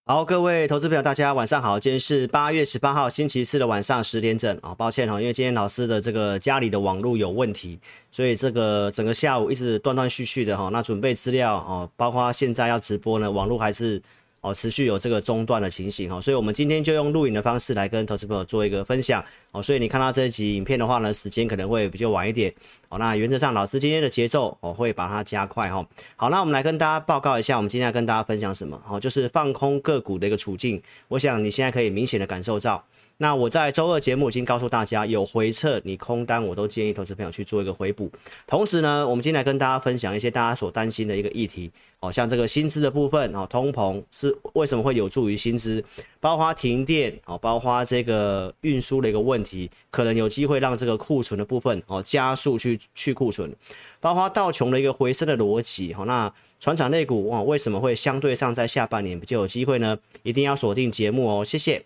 好，各位投资朋友，大家晚上好。今天是8月18号星期四的晚上10点整啊、抱歉因为今天老师的这个家里的网络有问题，所以这个整个下午一直断断续续的那准备资料包括现在要直播呢，网络还是持续有这个中断的情形所以我们今天就用录影的方式来跟投资朋友做一个分享所以你看到这一集影片的话呢，时间可能会比较晚一点那原则上老师今天的节奏会把它加快好，那我们来跟大家报告一下，我们今天要跟大家分享什么就是放空个股的一个处境，我想你现在可以明显的感受到。那我在周二节目已经告诉大家，有回撤你空单，我都建议投资朋友去做一个回补。同时呢，我们今天来跟大家分享一些大家所担心的一个议题像这个薪资的部分通膨是为什么会有助于薪资，包括停电包括这个运输的一个问题，可能有机会让这个库存的部分加速去库存，包括道琼的一个回升的逻辑那传产类股为什么会相对上在下半年比较有机会呢？一定要锁定节目谢谢。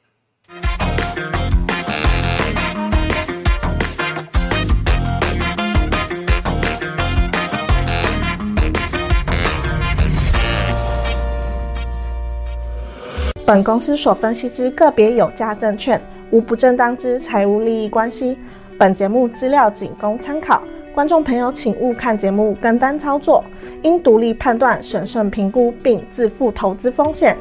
本公司所分析之个别有价证券，无不正当之财务利益关系。本节目资料仅供参考，观众朋友请勿看节目跟单操作，应独立判断、审慎评估，并自负投资风险。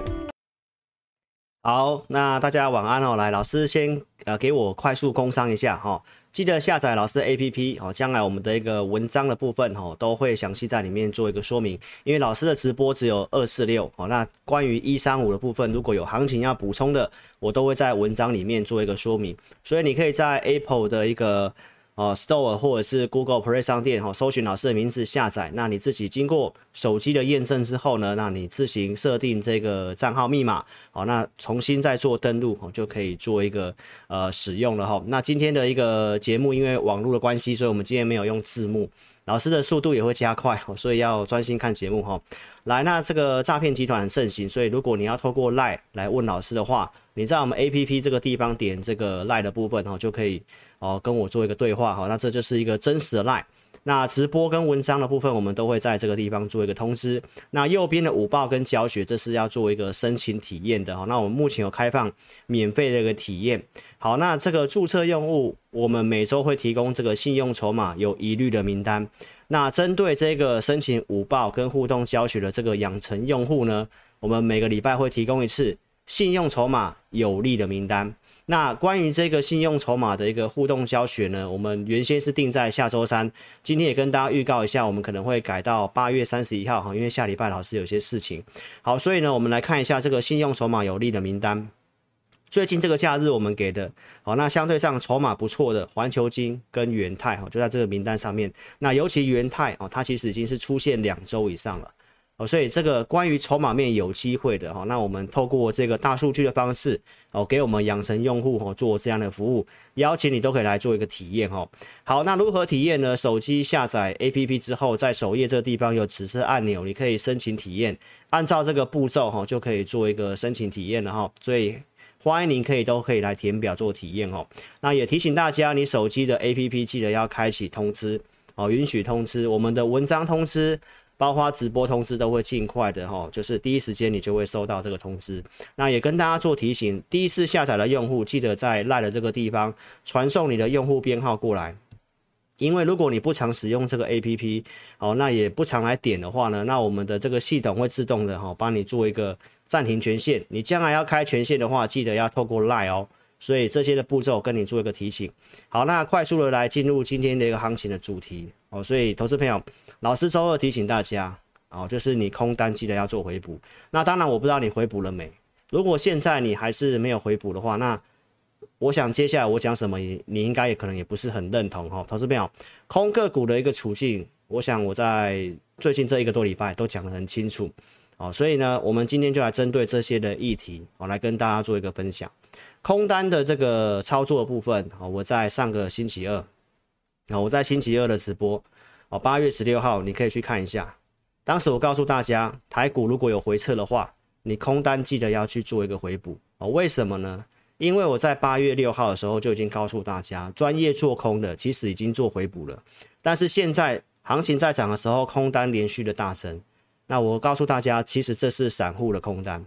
好，那大家晚安来，老师先给我快速工商一下记得下载老师 APP 将来我们的一个文章的部分都会详细在里面做一个说明，因为老师的直播只有246那关于135的部分，如果有行情要补充的，我都会在文章里面做一个说明，所以你可以在 Apple 的一个Store 或者是 Google Play 商店搜寻老师的名字下载，那你自己经过手机的验证之后呢，那你自行设定这个账号密码那重新再做登录就可以做一个使用了那今天的一个节目因为网络的关系，所以我们今天没有用字幕，老师的速度也会加快所以要专心看节目来，那这个诈骗集团很盛行，所以如果你要透过 LINE 来问老师的话，你在我们 APP 这个地方点这个 LINE 的部分就可以跟我做一个对话那这就是一个真实的 LINE。 那直播跟文章的部分我们都会在这个地方做一个通知，那右边的午报跟教学这是要做一个申请体验的那我们目前有开放免费的一个体验。好，那这个注册用户我们每周会提供这个信用筹码有疑虑的名单，那针对这个申请午报跟互动教学的这个养成用户呢，我们每个礼拜会提供一次信用筹码有利的名单。那关于这个信用筹码的一个互动教学呢，我们原先是定在下周三，今天也跟大家预告一下，我们可能会改到8月31号因为下礼拜老师有些事情。好，所以呢我们来看一下这个信用筹码有利的名单，最近这个假日我们给的那相对上筹码不错的环球金跟元泰就在这个名单上面，那尤其元泰它其实已经是出现2周以上了所以这个关于筹码面有机会的那我们透过这个大数据的方式给我们养成用户做这样的服务，邀请你都可以来做一个体验好，那如何体验呢？手机下载 APP 之后，在首页这个地方有紫色按钮，你可以申请体验，按照这个步骤就可以做一个申请体验了所以欢迎您都可以来填表做体验那也提醒大家，你手机的 APP 记得要开启通知允许通知，我们的文章通知包括直播通知都会尽快的就是第一时间你就会收到这个通知。那也跟大家做提醒，第一次下载的用户记得在 LINE 的这个地方传送你的用户编号过来，因为如果你不常使用这个 APP 那也不常来点的话呢，那我们的这个系统会自动的帮你做一个暂停权限，你将来要开权限的话，记得要透过 LINE 所以这些的步骤跟你做一个提醒。好，那快速的来进入今天的一个行情的主题所以投资朋友，老师周二提醒大家就是你空单记得要做回补。那当然我不知道你回补了没，如果现在你还是没有回补的话，那我想接下来我讲什么你应该也可能也不是很认同投资朋友，空个股的一个处境，我想我在最近这1个多礼拜都讲得很清楚所以呢我们今天就来针对这些的议题来跟大家做一个分享。空单的这个操作的部分我在上个星期二我在星期二的直播8月16号你可以去看一下，当时我告诉大家，台股如果有回撤的话，你空单记得要去做一个回补为什么呢？因为我在8月6号的时候就已经告诉大家，专业做空的其实已经做回补了，但是现在行情在涨的时候，空单连续的大增，那我告诉大家，其实这是散户的空单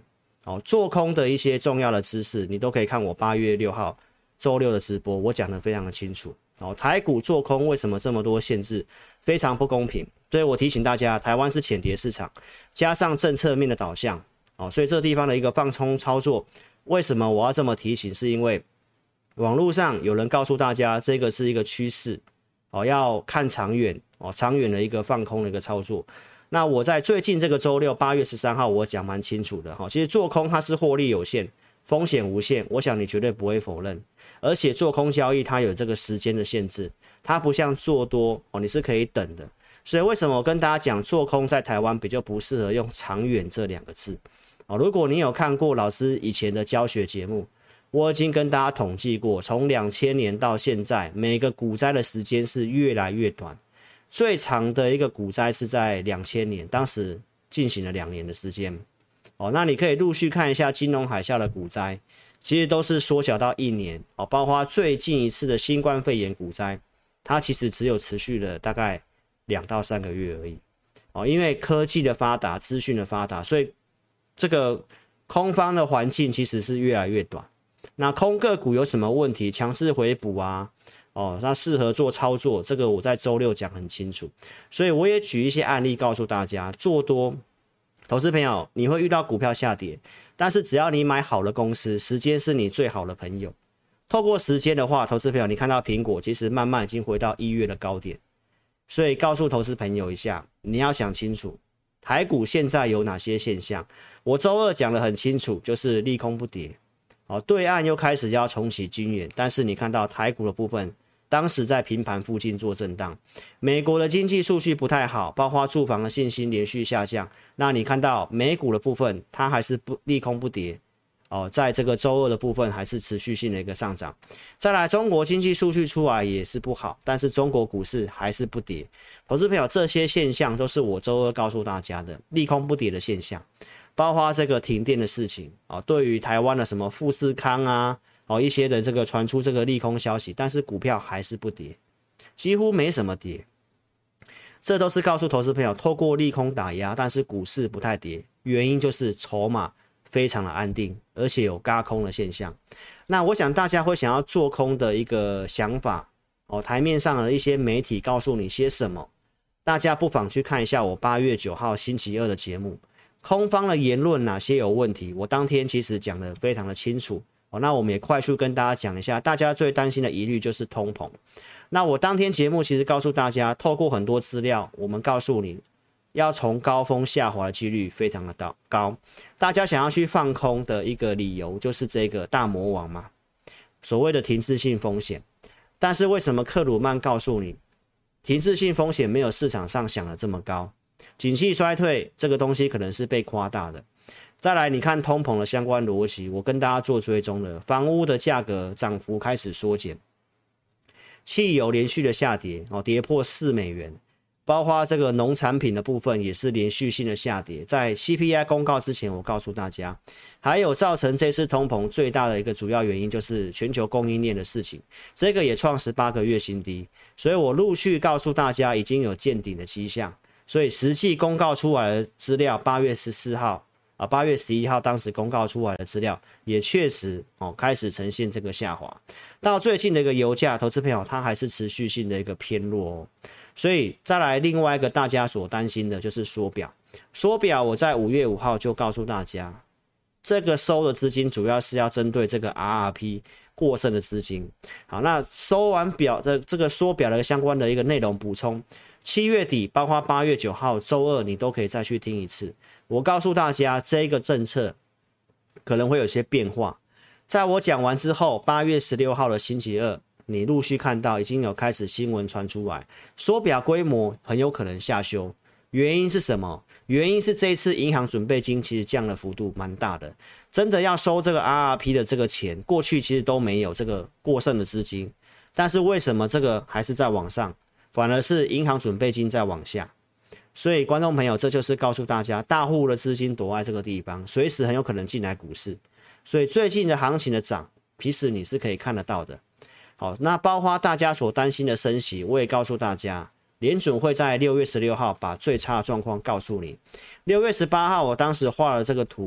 做空的一些重要的知识，你都可以看我8月6号周六的直播，我讲得非常的清楚。台股做空为什么这么多限制，非常不公平。所以我提醒大家，台湾是浅碟市场，加上政策面的导向，所以这地方的一个放空操作，为什么我要这么提醒？是因为网络上有人告诉大家，这个是一个趋势，要看长远，长远的一个放空的一个操作。那我在最近这个周六8月13号，我讲蛮清楚的，其实做空它是获利有限，风险无限，我想你绝对不会否认。而且做空交易它有这个时间的限制，它不像做多你是可以等的。所以为什么我跟大家讲做空在台湾比较不适合用长远这2个字如果你有看过老师以前的教学节目，我已经跟大家统计过，从2000年到现在，每个股灾的时间是越来越短，最长的一个股灾是在2000年，当时进行了2年的时间。那你可以陆续看一下金融海啸的股灾，其实都是缩小到1年，包括最近一次的新冠肺炎股灾，它其实只有持续了大概2到3个月而已。因为科技的发达，资讯的发达，所以这个空方的环境其实是越来越短。那空个股有什么问题？强势回补啊，那适合做操作，这个我在周六讲很清楚。所以我也举一些案例告诉大家，做多。投资朋友，你会遇到股票下跌，但是只要你买好的公司，时间是你最好的朋友。透过时间的话，投资朋友，你看到苹果其实慢慢已经回到1月的高点，所以告诉投资朋友一下，你要想清楚，台股现在有哪些现象。我周二讲得很清楚，就是利空不跌，对岸又开始要重启军演，但是你看到台股的部分，当时在平盘附近做震荡，美国的经济数据不太好，包括住房的信心连续下降。那你看到美股的部分，它还是不利空不跌，在这个周二的部分还是持续性的一个上涨。再来，中国经济数据出来也是不好，但是中国股市还是不跌。投资朋友，这些现象都是我周二告诉大家的利空不跌的现象，包括这个停电的事情对于台湾的什么富士康啊。一些的这个传出这个利空消息，但是股票还是不跌，几乎没什么跌。这都是告诉投资朋友，透过利空打压，但是股市不太跌，原因就是筹码非常的安定，而且有軋空的现象。那我想大家会想要做空的一个想法台面上的一些媒体告诉你些什么，大家不妨去看一下我8月9号星期二的节目，空方的言论哪些有问题，我当天其实讲得非常的清楚。那我们也快速跟大家讲一下，大家最担心的疑虑就是通膨。那我当天节目其实告诉大家，透过很多资料，我们告诉你要从高峰下滑的几率非常的高。大家想要去放空的一个理由就是这个大魔王嘛，所谓的停滞性风险。但是为什么克鲁曼告诉你，停滞性风险没有市场上想的这么高？景气衰退这个东西可能是被夸大的。再来，你看通膨的相关逻辑，我跟大家做追踪的，房屋的价格涨幅开始缩减，汽油连续的下跌跌破$4，包括这个农产品的部分也是连续性的下跌。在 CPI 公告之前，我告诉大家，还有造成这次通膨最大的一个主要原因就是全球供应链的事情，这个也创18个月新低，所以我陆续告诉大家已经有见顶的迹象。所以实际公告出来的资料，8月14号。8月11号当时公告出来的资料也确实开始呈现这个下滑。到最近的一个油价，投资朋友它还是持续性的一个偏弱所以再来另外一个大家所担心的就是缩表。缩表我在5月5号就告诉大家，这个收的资金主要是要针对这个 RRP 过剩的资金。好，那收完表的这个缩表的相关的一个内容补充，7月底包括8月9号周二你都可以再去听一次。我告诉大家，这个政策可能会有些变化。在我讲完之后，8月16号的星期二，你陆续看到已经有开始新闻传出来，缩表规模很有可能下修。原因是什么？原因是这一次银行准备金其实降的幅度蛮大的，真的要收这个 RRP 的这个钱，过去其实都没有这个过剩的资金，但是为什么这个还是在往上，反而是银行准备金在往下？所以观众朋友，这就是告诉大家，大户的资金躲在这个地方，随时很有可能进来股市。所以最近的行情的涨，其实你是可以看得到的。好，那包括大家所担心的升息，我也告诉大家，联准会在6月16号把最差的状况告诉你。6月18号，我当时画了这个图，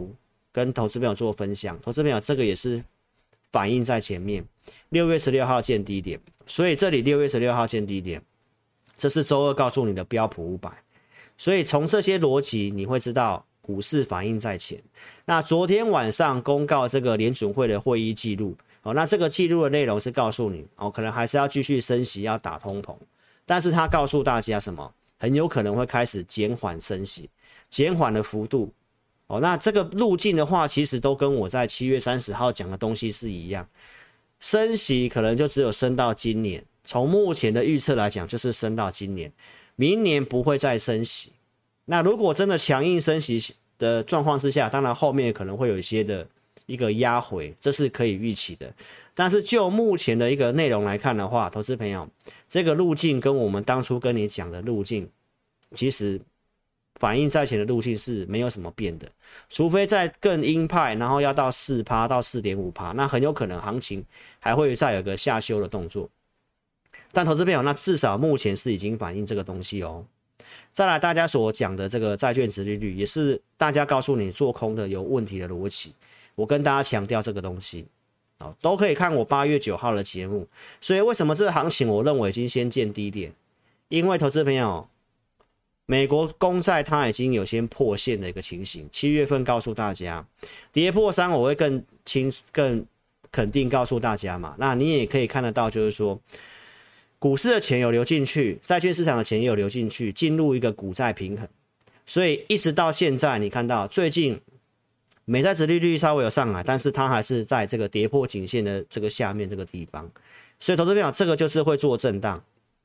跟投资朋友做分享，投资朋友这个也是反映在前面，6月16号见低点，所以这里6月16号见低点，这是周二告诉你的标普500，所以从这些逻辑你会知道股市反映在前。那昨天晚上公告这个联准会的会议记录，那这个记录的内容是告诉你可能还是要继续升息，要打通膨，但是他告诉大家什么？很有可能会开始减缓升息，减缓的幅度。那这个路径的话，其实都跟我在7月30号讲的东西是一样。升息可能就只有升到今年，从目前的预测来讲，就是升到今年，明年不会再升息。那如果真的强硬升息的状况之下，当然后面可能会有一些的一个压回，这是可以预期的。但是就目前的一个内容来看的话，投资朋友，这个路径跟我们当初跟你讲的路径，其实反映在前的路径是没有什么变的，除非再更鹰派，然后要到 4% 到 4.5%， 那很有可能行情还会再有个下修的动作。但投资朋友，那至少目前是已经反映这个东西哦。再来，大家所讲的这个债券殖利率，也是大家告诉你做空的有问题的逻辑。我跟大家强调这个东西，都可以看我8月9号的节目。所以为什么这个行情我认为已经先见低点？因为投资朋友，美国公债它已经有先破线的一个情形。7月份告诉大家，跌破3我会更肯定告诉大家嘛。那你也可以看得到，就是说，股市的钱有流进去，债券市场的钱也有流进去，进入一个股债平衡。所以一直到现在，你看到最近美债殖利率稍微有上来，但是它还是在这个跌破颈线的这个下面这个地方。所以投资朋友，这个就是会做震荡，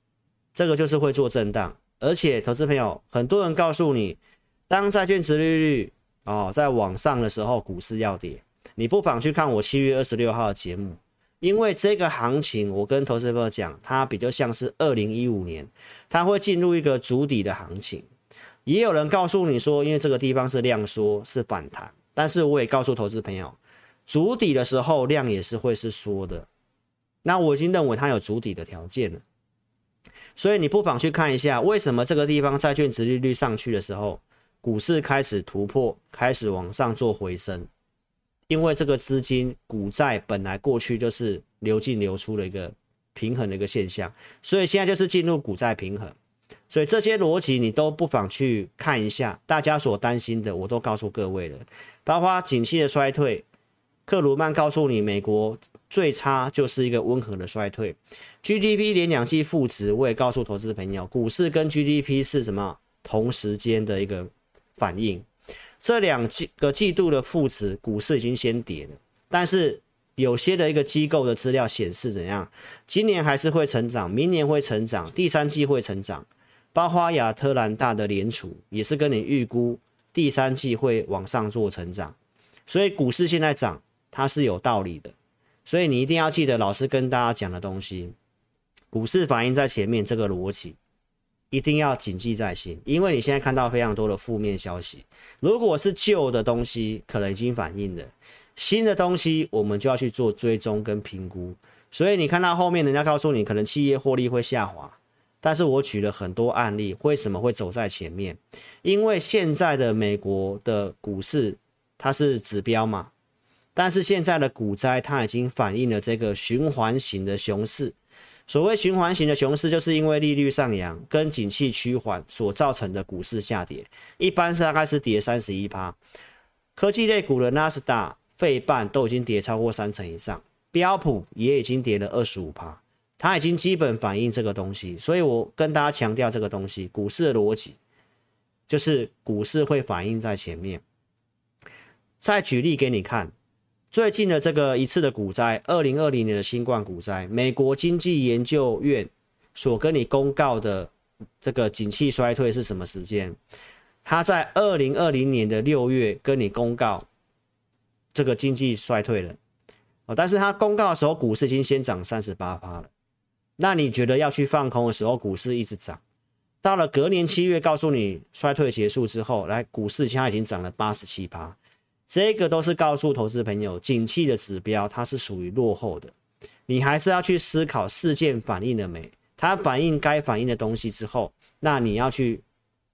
而且投资朋友，很多人告诉你，当债券殖利率在往上的时候，股市要跌，你不妨去看我7月26号的节目。因为这个行情，我跟投资朋友讲，它比较像是2015年，它会进入一个筑底的行情。也有人告诉你说，因为这个地方是量缩，是反弹，但是我也告诉投资朋友，筑底的时候量也是会是缩的。那我已经认为它有筑底的条件了，所以你不妨去看一下，为什么这个地方债券殖利率上去的时候，股市开始突破，开始往上做回升。因为这个资金股债本来过去就是流进流出的一个平衡的一个现象，所以现在就是进入股债平衡。所以这些逻辑你都不妨去看一下，大家所担心的我都告诉各位了，包括景气的衰退，克鲁曼告诉你美国最差就是一个温和的衰退， GDP 连2季负值，我也告诉投资朋友，股市跟 GDP 是什么同时间的一个反应。这2个季度的负值，股市已经先跌了，但是有些的一个机构的资料显示怎样？今年还是会成长，明年会成长，第3季会成长，包括亚特兰大的联储也是跟你预估第3季会往上做成长，所以股市现在涨，它是有道理的。所以你一定要记得老师跟大家讲的东西，股市反映在前面这个逻辑。一定要谨记在心，因为你现在看到非常多的负面消息，如果是旧的东西可能已经反映了，新的东西我们就要去做追踪跟评估。所以你看到后面人家告诉你可能企业获利会下滑，但是我举了很多案例，为什么会走在前面？因为现在的美国的股市它是指标嘛，但是现在的股灾它已经反映了这个循环型的熊市。所谓循环型的熊市，就是因为利率上扬跟景气趋缓所造成的股市下跌，一般是大概是跌 31%。科技类股的纳斯达、费半都已经跌超过30%以上，标普也已经跌了 25%， 它已经基本反映这个东西。所以我跟大家强调这个东西，股市的逻辑就是股市会反映在前面。再举例给你看。最近的这个一次的股灾，2020年的新冠股灾，美国经济研究院所跟你公告的这个景气衰退是什么时间？他在2020年的6月跟你公告这个经济衰退了，但是他公告的时候股市已经先涨 38% 了。那你觉得要去放空的时候，股市一直涨，到了隔年7月告诉你衰退结束之后，来股市现在已经涨了 87%。这个都是告诉投资朋友，景气的指标它是属于落后的，你还是要去思考事件反应了没，它反映该反映的东西之后，那你要去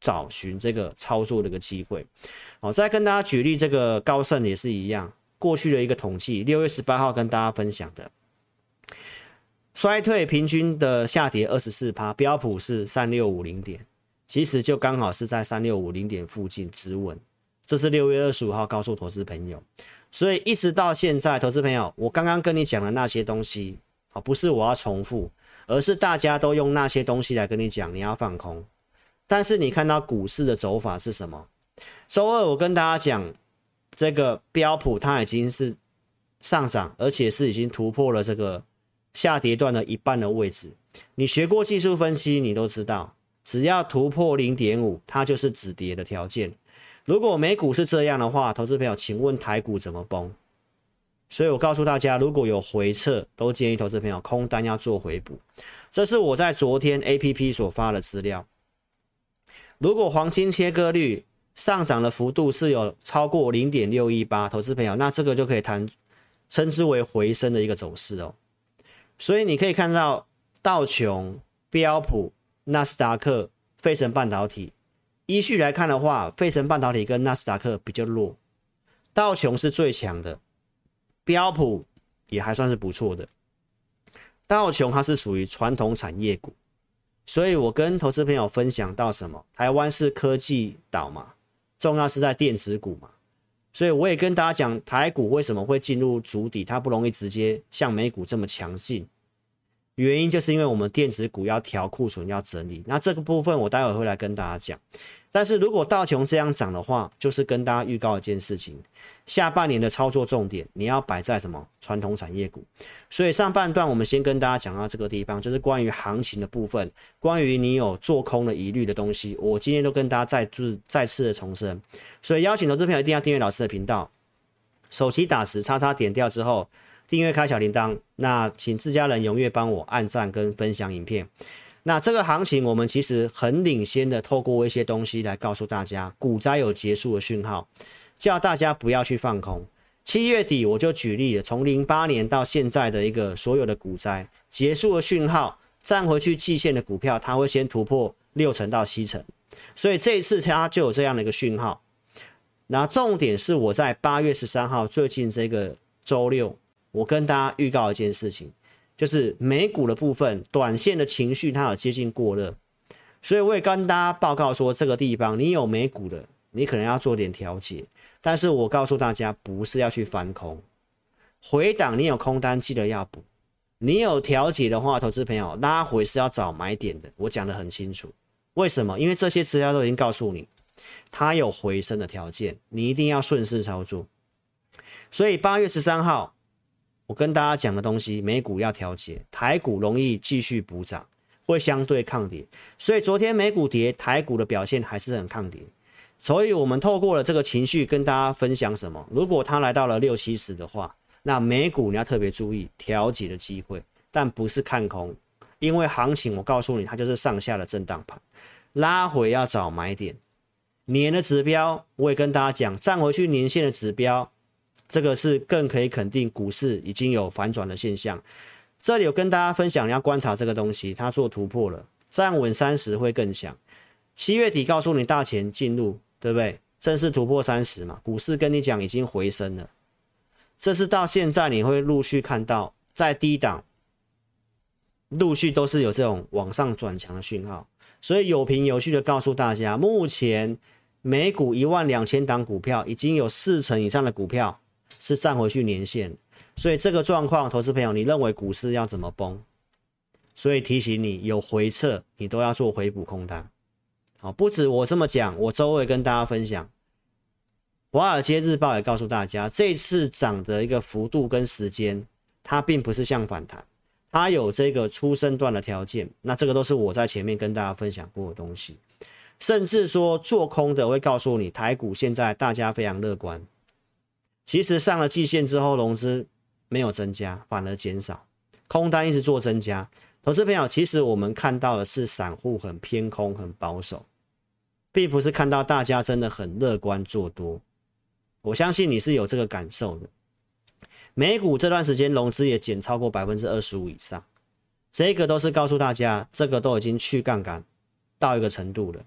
找寻这个操作的一个机会。好，再跟大家举例，这个高盛也是一样，过去的一个统计，6月18号跟大家分享的，衰退平均的下跌 24%， 标普是3650点，其实就刚好是在3650点附近止稳。这是6月25号告诉投资朋友，所以一直到现在，投资朋友，我刚刚跟你讲的那些东西，不是我要重复，而是大家都用那些东西来跟你讲，你要放空。但是你看到股市的走法是什么？周二我跟大家讲，这个标普它已经是上涨，而且是已经突破了这个下跌段的一半的位置。你学过技术分析，你都知道，只要突破 0.5， 它就是止跌的条件。如果美股是这样的话，投资朋友，请问台股怎么崩？所以我告诉大家，如果有回撤，都建议投资朋友空单要做回补。这是我在昨天 APP 所发的资料。如果黄金切割率上涨的幅度是有超过 0.618， 投资朋友，那这个就可以称之为回升的一个走势哦。所以你可以看到道琼、标普、纳斯达克、费城半导体，依序来看的话，费城半导体跟纳斯达克比较弱，道琼是最强的，标普也还算是不错的。道琼它是属于传统产业股，所以我跟投资朋友分享到什么？台湾是科技岛嘛，重要是在电子股嘛，所以我也跟大家讲，台股为什么会进入筑底，它不容易直接像美股这么强劲，原因就是因为我们电子股要调库存要整理，那这个部分我待会会来跟大家讲。但是如果道琼这样涨的话，就是跟大家预告一件事情，下半年的操作重点你要摆在什么？传统产业股。所以上半段我们先跟大家讲到这个地方，就是关于行情的部分，关于你有做空的疑虑的东西，我今天都跟大家再次的重申。所以邀请投资朋友一定要订阅老师的频道，手机打时叉叉点掉之后订阅开小铃铛，那请自家人踊跃帮我按赞跟分享影片。那这个行情我们其实很领先的透过一些东西来告诉大家股灾有结束的讯号，叫大家不要去放空。7月底我就举例了，从08年到现在的一个所有的股灾结束的讯号，站回去季线的股票它会先突破60%到70%，所以这一次它就有这样的一个讯号。那重点是我在8月13号最近这个周六，我跟大家预告一件事情，就是美股的部分短线的情绪它有接近过热，所以我也跟大家报告说，这个地方你有美股的，你可能要做点调节，但是我告诉大家不是要去翻空，回档你有空单记得要补，你有调节的话，投资朋友拉回是要找买点的，我讲得很清楚。为什么？因为这些资料都已经告诉你它有回升的条件，你一定要顺势操作。所以8月13号我跟大家讲的东西，美股要调节，台股容易继续补涨，会相对抗跌，所以昨天美股跌，台股的表现还是很抗跌。所以我们透过了这个情绪跟大家分享什么？如果它来到了60-70的话，那美股你要特别注意调节的机会，但不是看空，因为行情我告诉你，它就是上下的震荡盘，拉回要找买点。年的指标我也跟大家讲，站回去年线的指标，这个是更可以肯定股市已经有反转的现象。这里有跟大家分享，你要观察这个东西，它做突破了，站稳30会更强。7月底告诉你大钱进入，对不对？正式突破30嘛，股市跟你讲已经回升了。这是到现在你会陆续看到，在低档陆续都是有这种往上转强的讯号，所以有凭有据的告诉大家，目前美股12000档股票已经有40%以上的股票是站回去年线，所以这个状况，投资朋友，你认为股市要怎么崩？所以提醒你，有回撤你都要做回补空单。好，不止我这么讲，我周二跟大家分享，华尔街日报也告诉大家，这次涨的一个幅度跟时间，它并不是像反弹，它有这个初升段的条件。那这个都是我在前面跟大家分享过的东西。甚至说做空的会告诉你，台股现在大家非常乐观。其实上了季线之后，融资没有增加，反而减少，空单一直做增加。投资朋友，其实我们看到的是散户很偏空、很保守，并不是看到大家真的很乐观做多。我相信你是有这个感受的。美股这段时间融资也减超过 25% 以上，这个都是告诉大家，这个都已经去杠杆到一个程度了。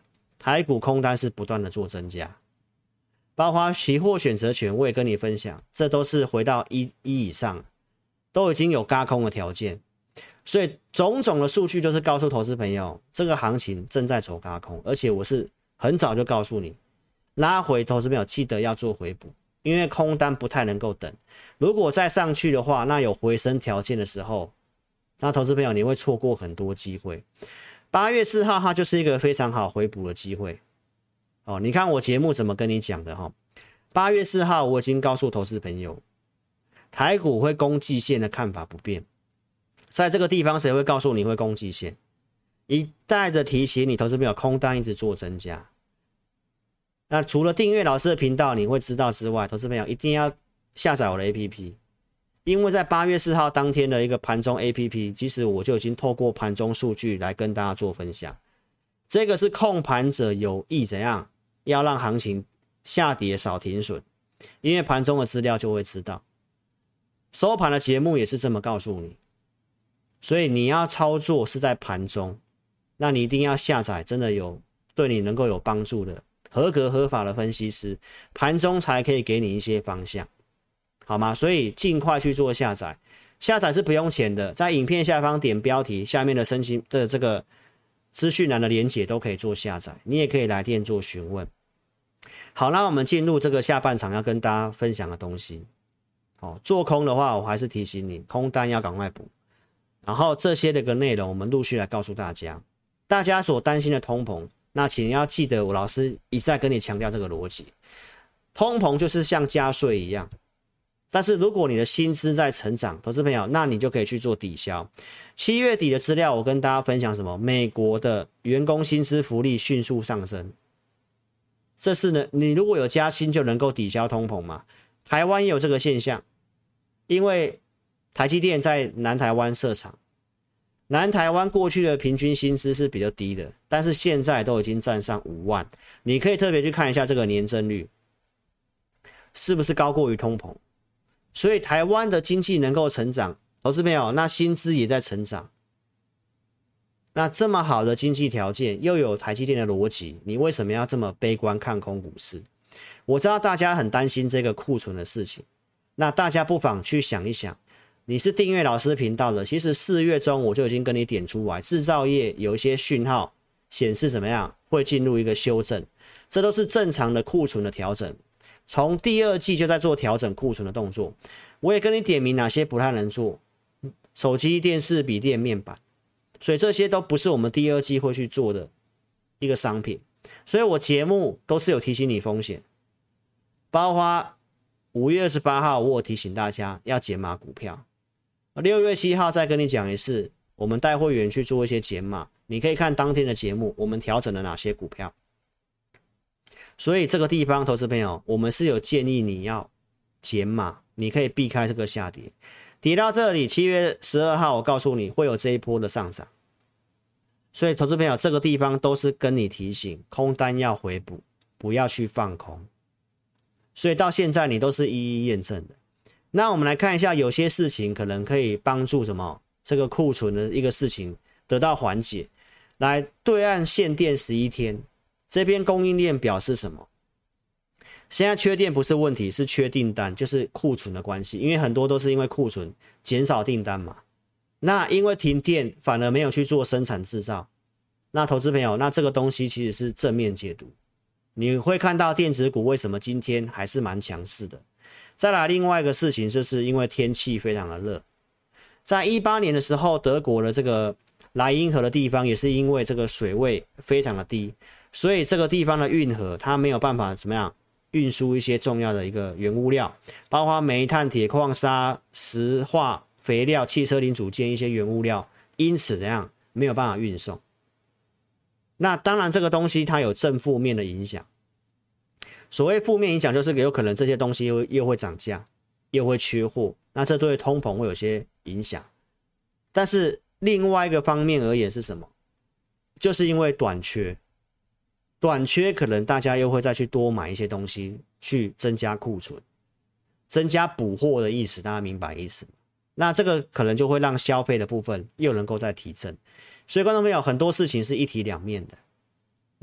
台股空单是不断的做增加，包括期货选择权，我也跟你分享，这都是回到一以上，都已经有軋空的条件，所以种种的数据都是告诉投资朋友，这个行情正在走軋空，而且我是很早就告诉你，拉回投资朋友记得要做回补，因为空单不太能够等，如果再上去的话，那有回升条件的时候，那投资朋友你会错过很多机会。8月4号它就是一个非常好回补的机会哦。你看我节目怎么跟你讲的8月4号我已经告诉投资朋友，台股会攻季线的看法不变，在这个地方谁会告诉你会攻季线？一带着提醒你投资朋友空单一直做增加。那除了订阅老师的频道你会知道之外，投资朋友一定要下载我的 APP， 因为在8月4号当天的一个盘中 APP， 其实我就已经透过盘中数据来跟大家做分享。这个是控盘者有意怎样要让行情下跌少停损，因为盘中的资料就会知道，收盘的节目也是这么告诉你，所以你要操作是在盘中，那你一定要下载真的有对你能够有帮助的合格合法的分析师，盘中才可以给你一些方向，好吗？所以尽快去做下载，下载是不用钱的，在影片下方点标题下面的申请这个资讯栏的连结都可以做下载，你也可以来电做询问。好，那我们进入这个下半场要跟大家分享的东西。做空的话，我还是提醒你，空单要赶快补。然后这些的个内容，我们陆续来告诉大家。大家所担心的通膨，那请要记得，我老师一再跟你强调这个逻辑。通膨就是像加税一样，但是如果你的薪资在成长，投资朋友，那你就可以去做抵消。7月底的资料，我跟大家分享什么？美国的员工薪资福利迅速上升，这是呢，你如果有加薪就能够抵消通膨嘛？台湾也有这个现象。因为台积电在南台湾设厂，南台湾过去的平均薪资是比较低的，但是现在都已经站上5万，你可以特别去看一下这个年增率是不是高过于通膨，所以台湾的经济能够成长，投资朋友，那薪资也在成长，那这么好的经济条件，又有台积电的逻辑，你为什么要这么悲观看空股市？我知道大家很担心这个库存的事情，那大家不妨去想一想，你是订阅老师频道的，其实4月中我就已经跟你点出来，制造业有一些讯号显示怎么样，会进入一个修正，这都是正常的库存的调整，从第2季就在做调整库存的动作。我也跟你点名哪些不太能做，手机、电视、笔电、面板，所以这些都不是我们第2季会去做的一个商品，所以我节目都是有提醒你风险，包括5月28号我有提醒大家要减码股票，6月7号再跟你讲一次，我们带会员去做一些减码，你可以看当天的节目，我们调整了哪些股票。所以这个地方投资朋友，我们是有建议你要减码，你可以避开这个下跌。跌到这里7月12号我告诉你会有这一波的上涨，所以投资朋友这个地方都是跟你提醒，空单要回补，不要去放空，所以到现在你都是一一验证的。那我们来看一下，有些事情可能可以帮助什么这个库存的一个事情得到缓解。来，对岸限电11天，这边供应链表示什么？现在缺电不是问题，是缺订单，就是库存的关系，因为很多都是因为库存减少订单嘛。那因为停电反而没有去做生产制造，那投资朋友，那这个东西其实是正面解读，你会看到电子股为什么今天还是蛮强势的。再来另外一个事情，就是因为天气非常的热，在18年的时候，德国的这个莱茵河的地方也是因为这个水位非常的低，所以这个地方的运河它没有办法怎么样运输一些重要的一个原物料，包括煤炭、铁矿砂、石化、肥料、汽车零组件一些原物料，因此怎样没有办法运送。那当然这个东西它有正负面的影响，所谓负面影响就是有可能这些东西又会涨价，又会缺货，那这对通膨会有些影响。但是另外一个方面而言是什么？就是因为短缺可能大家又会再去多买一些东西去增加库存，增加补货的意思，大家明白意思吗？那这个可能就会让消费的部分又能够再提振。所以观众朋友，很多事情是一体两面的。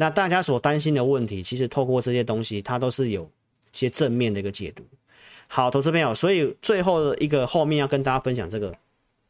那大家所担心的问题，其实透过这些东西，它都是有一些正面的一个解读。好，投资朋友，所以最后的一个后面要跟大家分享这个，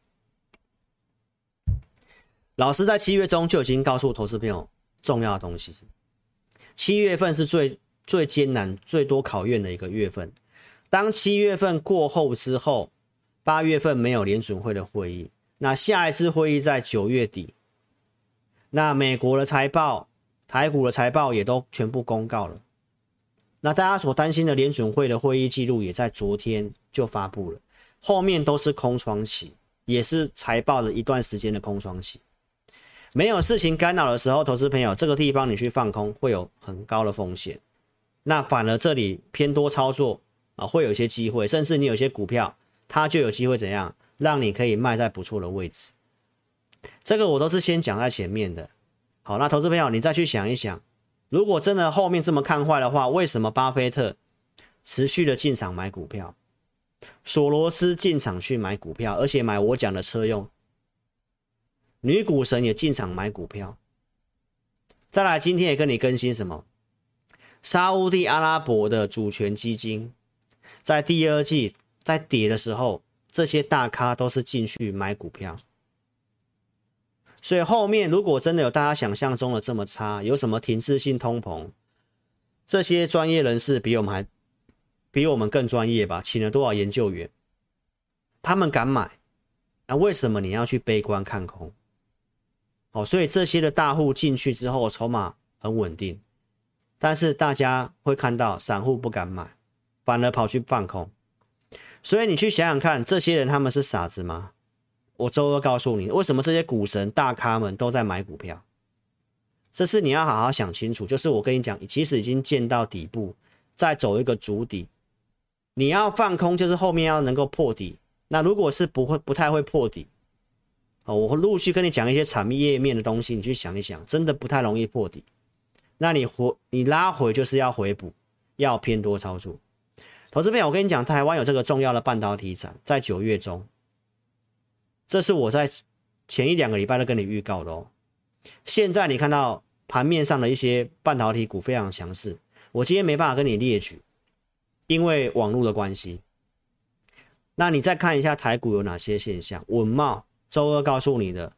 老师在7月中就已经告诉投资朋友重要的东西。7月份是最艰难、最多考验的一个月份。当7月份过后之后，8月份没有联准会的会议，那下一次会议在9月底。那美国的财报、台股的财报也都全部公告了。那大家所担心的联准会的会议记录也在昨天就发布了，后面都是空窗期，也是财报的一段时间的空窗期。没有事情干扰的时候，投资朋友这个地方你去放空会有很高的风险。那反而这里偏多操作会有一些机会，甚至你有些股票它就有机会怎样让你可以卖在不错的位置。这个我都是先讲在前面的。好，那投资朋友你再去想一想，如果真的后面这么看坏的话，为什么巴菲特持续的进场买股票，索罗斯进场去买股票，而且买我讲的车用，女股神也进场买股票。再来今天也跟你更新什么，沙烏地阿拉伯的主权基金在第二季在跌的时候，这些大咖都是进去买股票。所以后面如果真的有大家想象中的这么差，有什么停滞性通膨，这些专业人士比我们更专业吧，请了多少研究员，他们敢买，那为什么你要去悲观看空？所以这些的大户进去之后筹码很稳定，但是大家会看到散户不敢买，反而跑去放空。所以你去想想看，这些人他们是傻子吗？我周二告诉你，为什么这些股神大咖们都在买股票，这是你要好好想清楚。就是我跟你讲，其实已经见到底部，再走一个主底，你要放空，就是后面要能够破底。那如果是不太会破底，我陆续跟你讲一些产业面的东西，你去想一想，真的不太容易破底。那你拉回就是要回补，要偏多操作。投资朋友，我跟你讲，台湾有这个重要的半导体展，在9月中。这是我在前1-2个礼拜都跟你预告的哦。现在你看到盘面上的一些半导体股非常强势，我今天没办法跟你列举，因为网络的关系。那你再看一下台股有哪些现象。稳懋周二告诉你的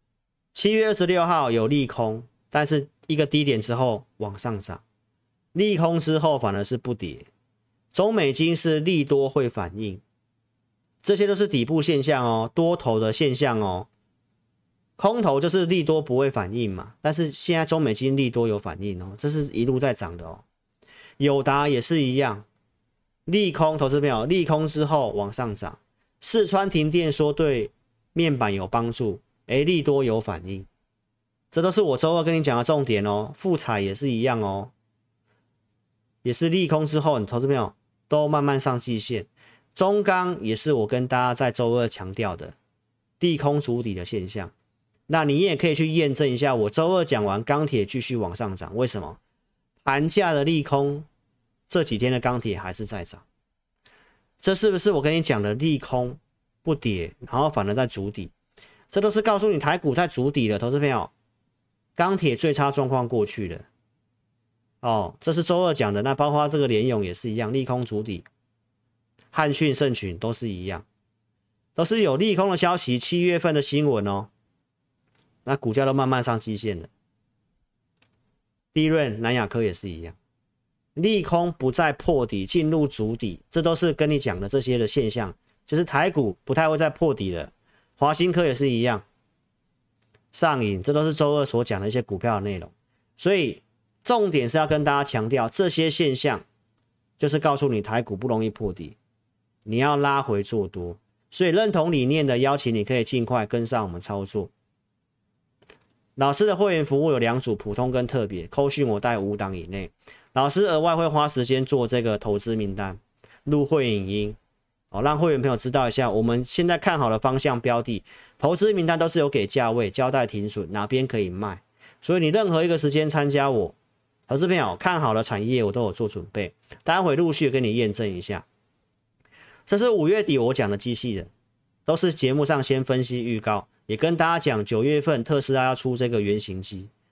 ，7月26号有利空，但是一个低点之后往上涨，利空之后反而是不跌。中美金是利多会反应，这些都是底部现象哦，多头的现象哦。空头就是利多不会反应嘛，但是现在中美金利多有反应哦，这是一路在涨的哦。友达也是一样，利空，投资朋友，利空之后往上涨。四川停电说对面板有帮助，利多有反应，这都是我周二跟你讲的重点哦。富彩也是一样哦，也是利空之后，你投资朋友都慢慢上季线。中钢也是我跟大家在周二强调的利空筑底的现象，那你也可以去验证一下，我周二讲完钢铁继续往上涨，为什么？盘价的利空，这几天的钢铁还是在涨，这是不是我跟你讲的利空不跌，然后反而在筑底？这都是告诉你台股在筑底的，投资朋友，钢铁最差状况过去了哦，这是周二讲的，那包括这个联咏也是一样，利空筑底。汉讯、盛群都是一样，都是有利空的消息，7月份的新闻哦，那股价都慢慢上季线了。利润、南亚科也是一样，利空不再破底，进入筑底，这都是跟你讲的这些的现象，就是台股不太会再破底了。华新科也是一样，上影，这都是周二所讲的一些股票的内容。所以重点是要跟大家强调，这些现象就是告诉你台股不容易破底，你要拉回做多。所以认同理念的邀请你可以尽快跟上我们操作。老师的会员服务有2组，普通跟特别，扣讯我带5档以内。老师额外会花时间做这个投资名单，录会影音，让会员朋友知道一下我们现在看好的方向标的，投资名单都是有给价位，交代停损，哪边可以卖。所以你任何一个时间参加我投资朋友看好的产业，我都有做准备，待会陆续跟你验证一下。这是5月底我讲的机器人，都是节目上先分析预告，也跟大家讲9月份特斯拉要出这个原型机，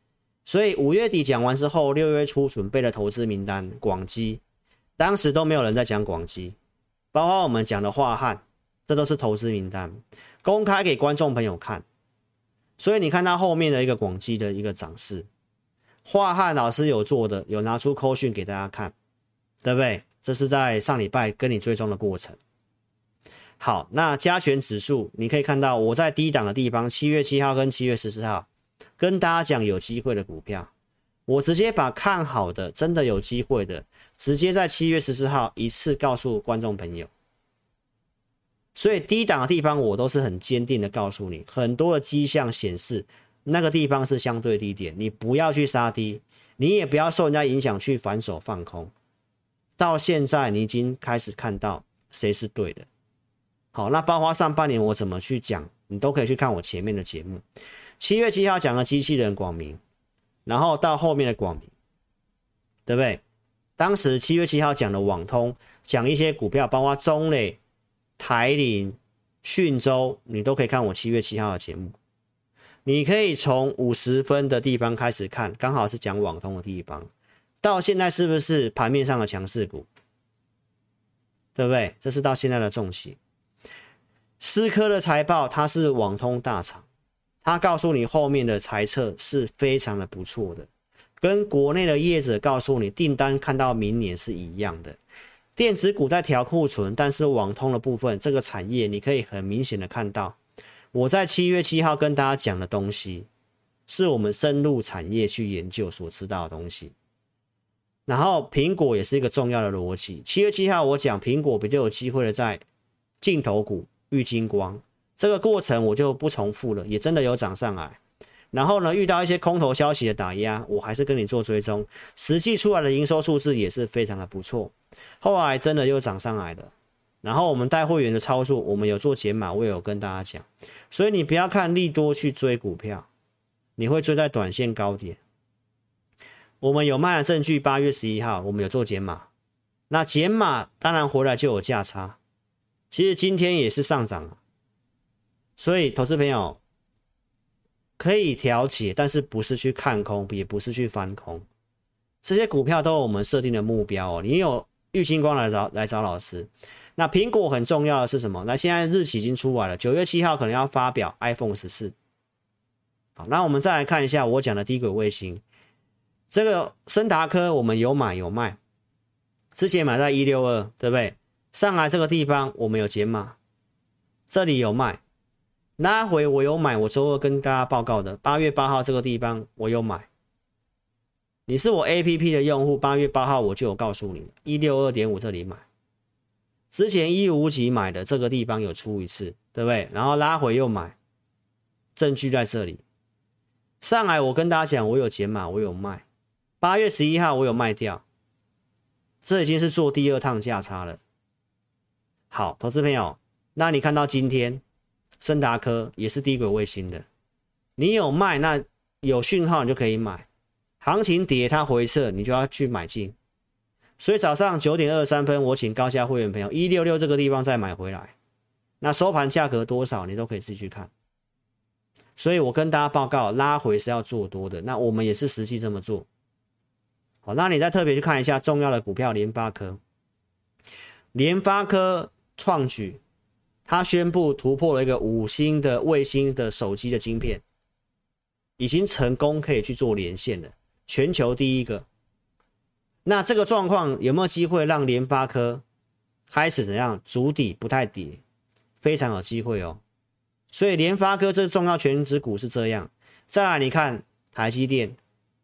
所以5月底讲完之后，6月初准备的投资名单，广基，当时都没有人在讲广基，包括我们讲的华汉，这都是投资名单，公开给观众朋友看。所以你看到后面的一个广基的一个涨势，华汉老师有做的，有拿出扣讯给大家看，对不对？这是在上礼拜跟你追踪的过程。好，那加权指数你可以看到我在低档的地方，7月7号跟7月14号跟大家讲有机会的股票，我直接把看好的真的有机会的直接在7月14号一次告诉观众朋友。所以低档的地方我都是很坚定的告诉你，很多的迹象显示那个地方是相对低点，你不要去杀低，你也不要受人家影响去反手放空。到现在你已经开始看到谁是对的。好，那包括上半年我怎么去讲，你都可以去看我前面的节目。7月7号讲的机器人广明，然后到后面的广明，对不对？当时7月7号讲的网通，讲一些股票，包括中磊、台铃、讯州，你都可以看我7月7号的节目。你可以从50分的地方开始看，刚好是讲网通的地方，到现在是不是盘面上的强势股？对不对？这是到现在的重息。思科的财报，它是网通大厂，它告诉你后面的财测是非常的不错的，跟国内的业者告诉你订单看到明年是一样的。电子股在调库存，但是网通的部分这个产业你可以很明显的看到，我在7月7号跟大家讲的东西是我们深入产业去研究所知道的东西。然后苹果也是一个重要的逻辑，7月7号我讲苹果比较有机会的在镜头股玉晶光，这个过程我就不重复了，也真的有涨上来。然后呢，遇到一些空头消息的打压，我还是跟你做追踪，实际出来的营收数字也是非常的不错，后来真的又涨上来了。然后我们带会员的操作，我们有做减码，我也有跟大家讲，所以你不要看利多去追股票，你会追在短线高点。我们有卖的证据，8月11号我们有做减码，那减码当然回来就有价差，其实今天也是上涨了，所以投资朋友可以调节，但是不是去看空，也不是去翻空，这些股票都有我们设定的目标哦。你有玉晶光来找老师。那苹果很重要的是什么？那现在日期已经出来了，9月7号可能要发表 iPhone 14。好，那我们再来看一下我讲的低轨卫星，这个森达科我们有买有卖，之前买在162，对不对？上来这个地方我们有减码，这里有卖，拉回我有买，我周二跟大家报告的8月8号这个地方我有买。你是我 APP 的用户，8月8号我就有告诉你 162.5 这里买。之前155级买的这个地方有出一次，对不对？然后拉回又买，证据在这里。上来我跟大家讲，我有减码，我有卖。8月11号我有卖掉，这已经是做第二趟价差了。好，投资朋友，那你看到今天森达科也是低轨卫星的，你有卖，那有讯号你就可以买，行情跌它回撤你就要去买进。所以早上9点23分，我请高价会员朋友166这个地方再买回来，那收盘价格多少你都可以自己去看。所以我跟大家报告，拉回是要做多的，那我们也是实际这么做。好，那你再特别去看一下重要的股票联发科，联发科创举，它宣布突破了一个5星的卫星的手机的晶片，已经成功可以去做连线了，全球第一个。那这个状况有没有机会让联发科开始怎样筑底不太跌？非常有机会哦。所以联发科这重要权值股是这样。再来你看台积电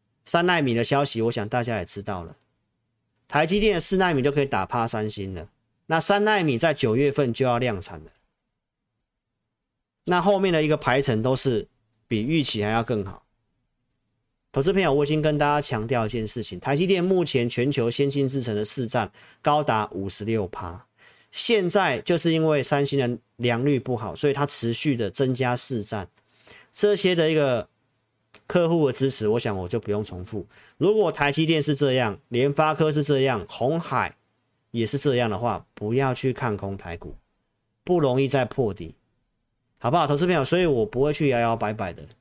3奈米的消息，我想大家也知道了，台积电的4奈米就可以打趴三星了，那3奈米在9月份就要量产了，那后面的一个排程都是比预期还要更好。投资朋友，我已经跟大家强调一件事情，台积电目前全球先进制程的市占高达 56%， 现在就是因为三星的良率不好，所以它持续的增加市占，这些的一个客户的支持，我想我就不用重复。如果台积电是这样，联发科是这样，鸿海也是这样的话，不要去看空台股，不容易再破底，好不好？投资朋友，所以我不会去摇摇摆摆的。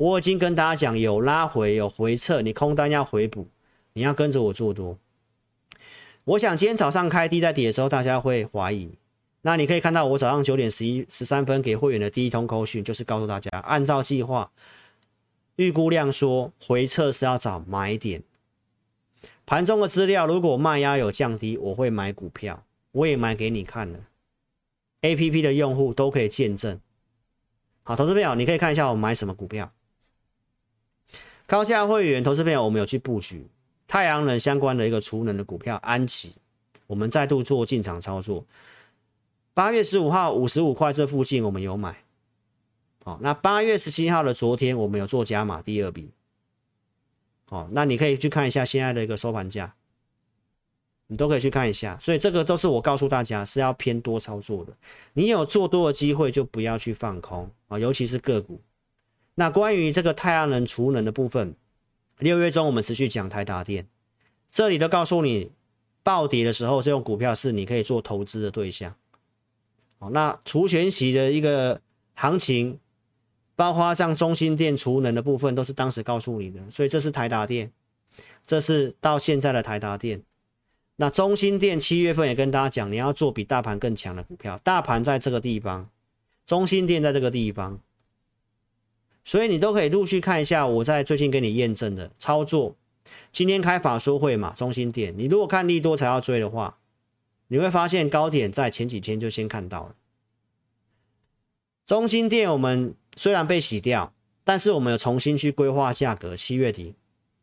我已经跟大家讲，有拉回有回撤，你空单要回补，你要跟着我做多。我想今天早上开低在跌的时候，大家会怀疑。那你可以看到我早上9点13分给会员的第一通扣讯，就是告诉大家，按照计划，预估量说回撤是要找买点。盘中的资料，如果卖压有降低，我会买股票，我也买给你看了。APP 的用户都可以见证。好，投资朋友，你可以看一下我买什么股票。高价会员投资朋友，我们有去布局太阳能相关的一个储能的股票安琪，我们再度做进场操作。8月15号55块这附近我们有买。好，那8月17号的昨天我们有做加码第二笔。好，那你可以去看一下现在的一个收盘价，你都可以去看一下。所以这个都是我告诉大家是要偏多操作的，你有做多的机会就不要去放空啊，尤其是个股。那关于这个太阳能储能的部分，6月中我们持续讲台达电，这里都告诉你暴跌的时候，这种股票是你可以做投资的对象。好，那除权息的一个行情，包括像中兴电储能的部分，都是当时告诉你的，所以这是台达电，这是到现在的台达电。那中兴电7月份也跟大家讲，你要做比大盘更强的股票，大盘在这个地方，中兴电在这个地方，所以你都可以陆续看一下我在最近跟你验证的操作。今天开法说会嘛，中兴电，你如果看利多才要追的话，你会发现高点在前几天就先看到了。中兴电我们虽然被洗掉，但是我们有重新去规划价格，7月底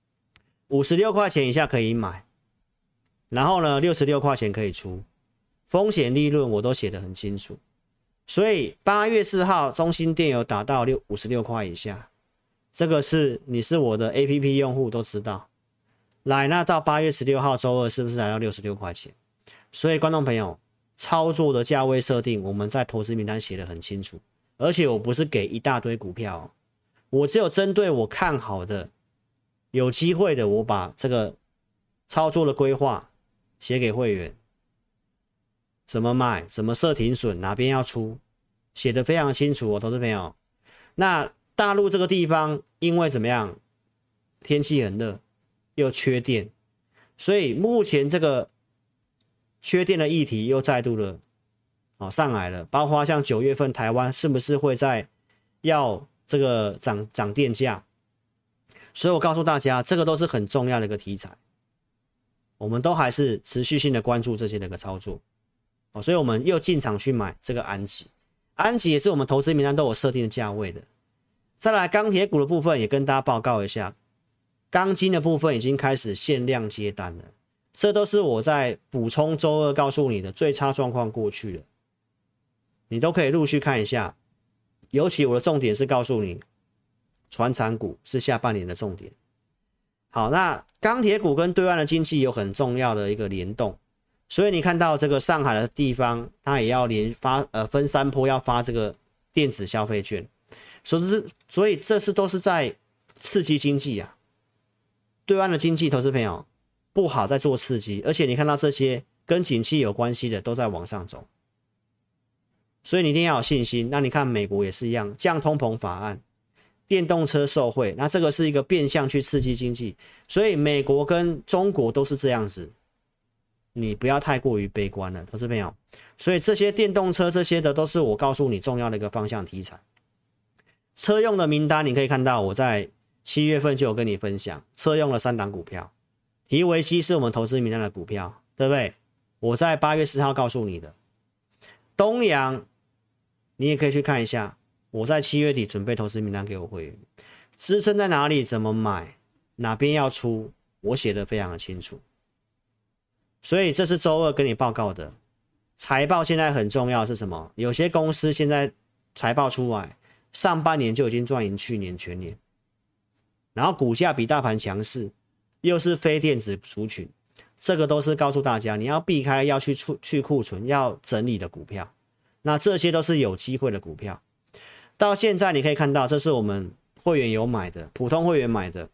56块钱以下可以买，然后呢66块钱可以出，风险利润我都写得很清楚。所以8月4号中兴电有打到56块以下，这个是你是我的 APP 用户都知道。来，那到8月16号周二是不是来到66块钱？所以观众朋友，操作的价位设定我们在投资名单写得很清楚，而且我不是给一大堆股票，我只有针对我看好的有机会的，我把这个操作的规划写给会员，怎么买，怎么设停损，哪边要出，写得非常清楚哦，投资朋友。那大陆这个地方因为怎么样，天气很热又缺电，所以目前这个缺电的议题又再度的上来了，包括像9月份台湾是不是会在要这个涨电价，所以我告诉大家，这个都是很重要的一个题材，我们都还是持续性的关注这些的一个操作。所以我们又进场去买这个安琪，安琪也是我们投资名单都有设定的价位的。再来钢铁股的部分也跟大家报告一下，钢筋的部分已经开始限量接单了，这都是我在补充周二告诉你的，最差状况过去了，你都可以陆续看一下。尤其我的重点是告诉你，传产股是下半年的重点。好，那钢铁股跟对岸的经济有很重要的一个联动，所以你看到这个上海的地方，它也要分3波要发这个电子消费券，所以这都是在刺激经济啊。对岸的经济，投资朋友不好在做刺激，而且你看到这些跟景气有关系的都在往上走，所以你一定要有信心。那你看美国也是一样，降通膨法案，电动车受惠，那这个是一个变相去刺激经济，所以美国跟中国都是这样子，你不要太过于悲观了，投资朋友。所以这些电动车这些的都是我告诉你重要的一个方向题材。车用的名单你可以看到，我在7月份就有跟你分享车用的3档股票，提维西是我们投资名单的股票，对不对？我在8月4号告诉你的。东阳你也可以去看一下，我在7月底准备投资名单给我会员，支撑在哪里，怎么买，哪边要出，我写得非常的清楚。所以这是周二跟你报告的。财报现在很重要是什么？有些公司现在财报出来，上半年就已经赚赢去年全年，然后股价比大盘强势，又是非电子族群，这个都是告诉大家你要避开要去库存要整理的股票，那这些都是有机会的股票。到现在你可以看到，这是我们会员有买的，普通会员买的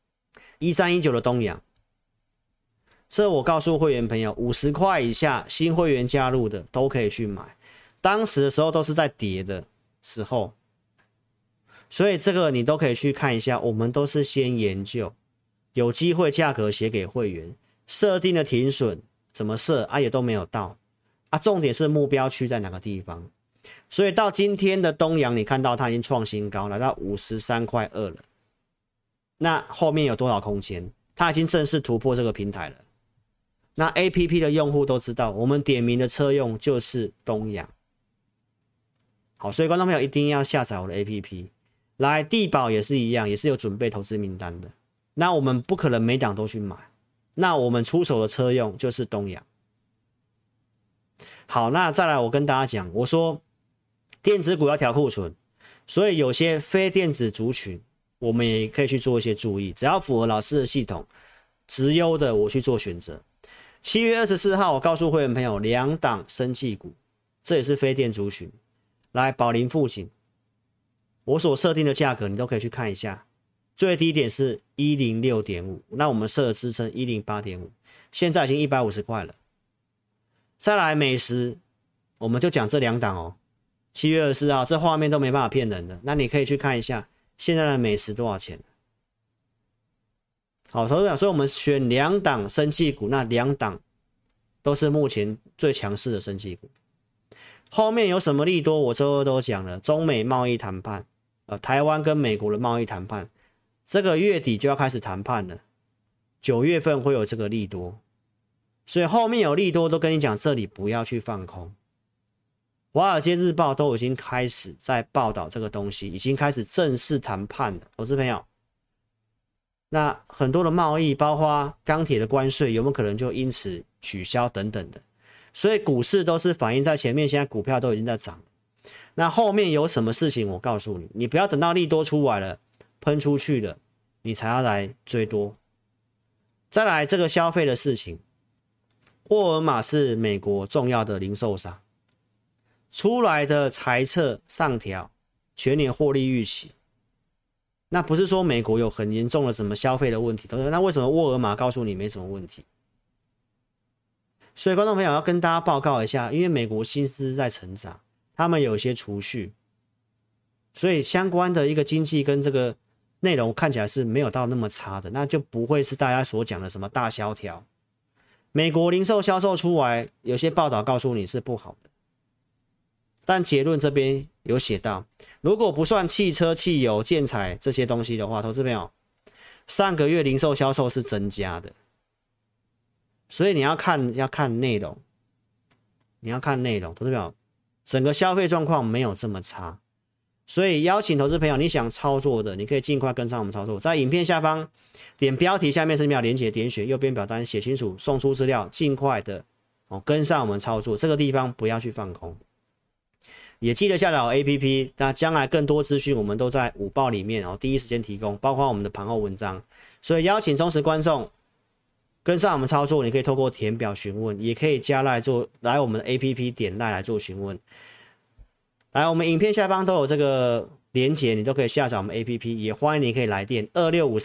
1319的东阳，这我告诉会员朋友50块以下新会员加入的都可以去买，当时的时候都是在跌的时候， 所以这个你都可以去看一下，我们都是先研究，有机会价格写给会员，设定的停损怎么设啊，也都没有到啊，重点是目标区在哪个地方。所以到今天的东阳，你看到它已经创新高，来到53.2块了。那后面有多少空间？它已经正式突破这个平台了。那 APP 的用户都知道，我们点名的车用就是东阳。好，所以观众朋友一定要下载我的 APP。来，地保也是一样，也是有准备投资名单的。那我们不可能每档都去买，那我们出手的车用就是东阳。好，那再来我跟大家讲，我说电子股要调库存，所以有些非电子族群我们也可以去做一些注意，只要符合老师的系统，直优的我去做选择。7月24号我告诉会员朋友2档生技股，这也是非电族群。来，宝林富锦，我所设定的价格你都可以去看一下，最低点是 106.5， 那我们设的支撑 108.5， 现在已经150块了。再来美食，我们就讲这2档哦。7月24号，这画面都没办法骗人的，那你可以去看一下现在的美食多少钱。好，投资者，所以我们选2档生技股，那2档都是目前最强势的生技股。后面有什么利多，我周二都讲了，中美贸易谈判，台湾跟美国的贸易谈判，这个月底就要开始谈判了，9月份会有这个利多，所以后面有利多都跟你讲，这里不要去放空。华尔街日报都已经开始在报道这个东西，已经开始正式谈判了，投资朋友。那很多的贸易，包括钢铁的关税，有没有可能就因此取消等等的？所以股市都是反映在前面，现在股票都已经在涨了。那后面有什么事情，我告诉你，你不要等到利多出来了，喷出去了，你才要来追多。再来这个消费的事情，沃尔玛是美国重要的零售商，出来的财测上调全年获利预期。那不是说美国有很严重的什么消费的问题，那为什么沃尔玛告诉你没什么问题？所以观众朋友要跟大家报告一下，因为美国薪资在成长，他们有一些储蓄，所以相关的一个经济跟这个内容看起来是没有到那么差的，那就不会是大家所讲的什么大萧条。美国零售销售出来，有些报道告诉你是不好的，但结论这边有写到，如果不算汽车、汽油、建材这些东西的话，投资朋友，上个月零售销售是增加的。所以你要看内容，投资朋友，整个消费状况没有这么差，所以邀请投资朋友，你想操作的，你可以尽快跟上我们操作，在影片下方点标题下面是秒连结，点选右边表单写清楚，送出资料，尽快的跟上我们操作，这个地方不要去放空，也记得下载 APP， 那将来更多资讯我们都在午报里面第一时间提供，包括我们的盘后文章，所以邀请忠实观众跟上我们操作，你可以透过填表询问，也可以加来我们的 APP 点来做询问。来，我们影片下方都有这个连结，你都可以下载我们 APP， 也欢迎你可以来电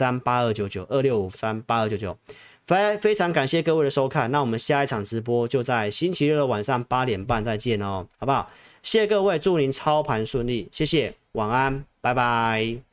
26538299，26538299。非常感谢各位的收看，那我们下一场直播就在星期六的晚上8点半再见哦，好不好？谢谢各位，祝您操盘顺利，谢谢，晚安，拜拜。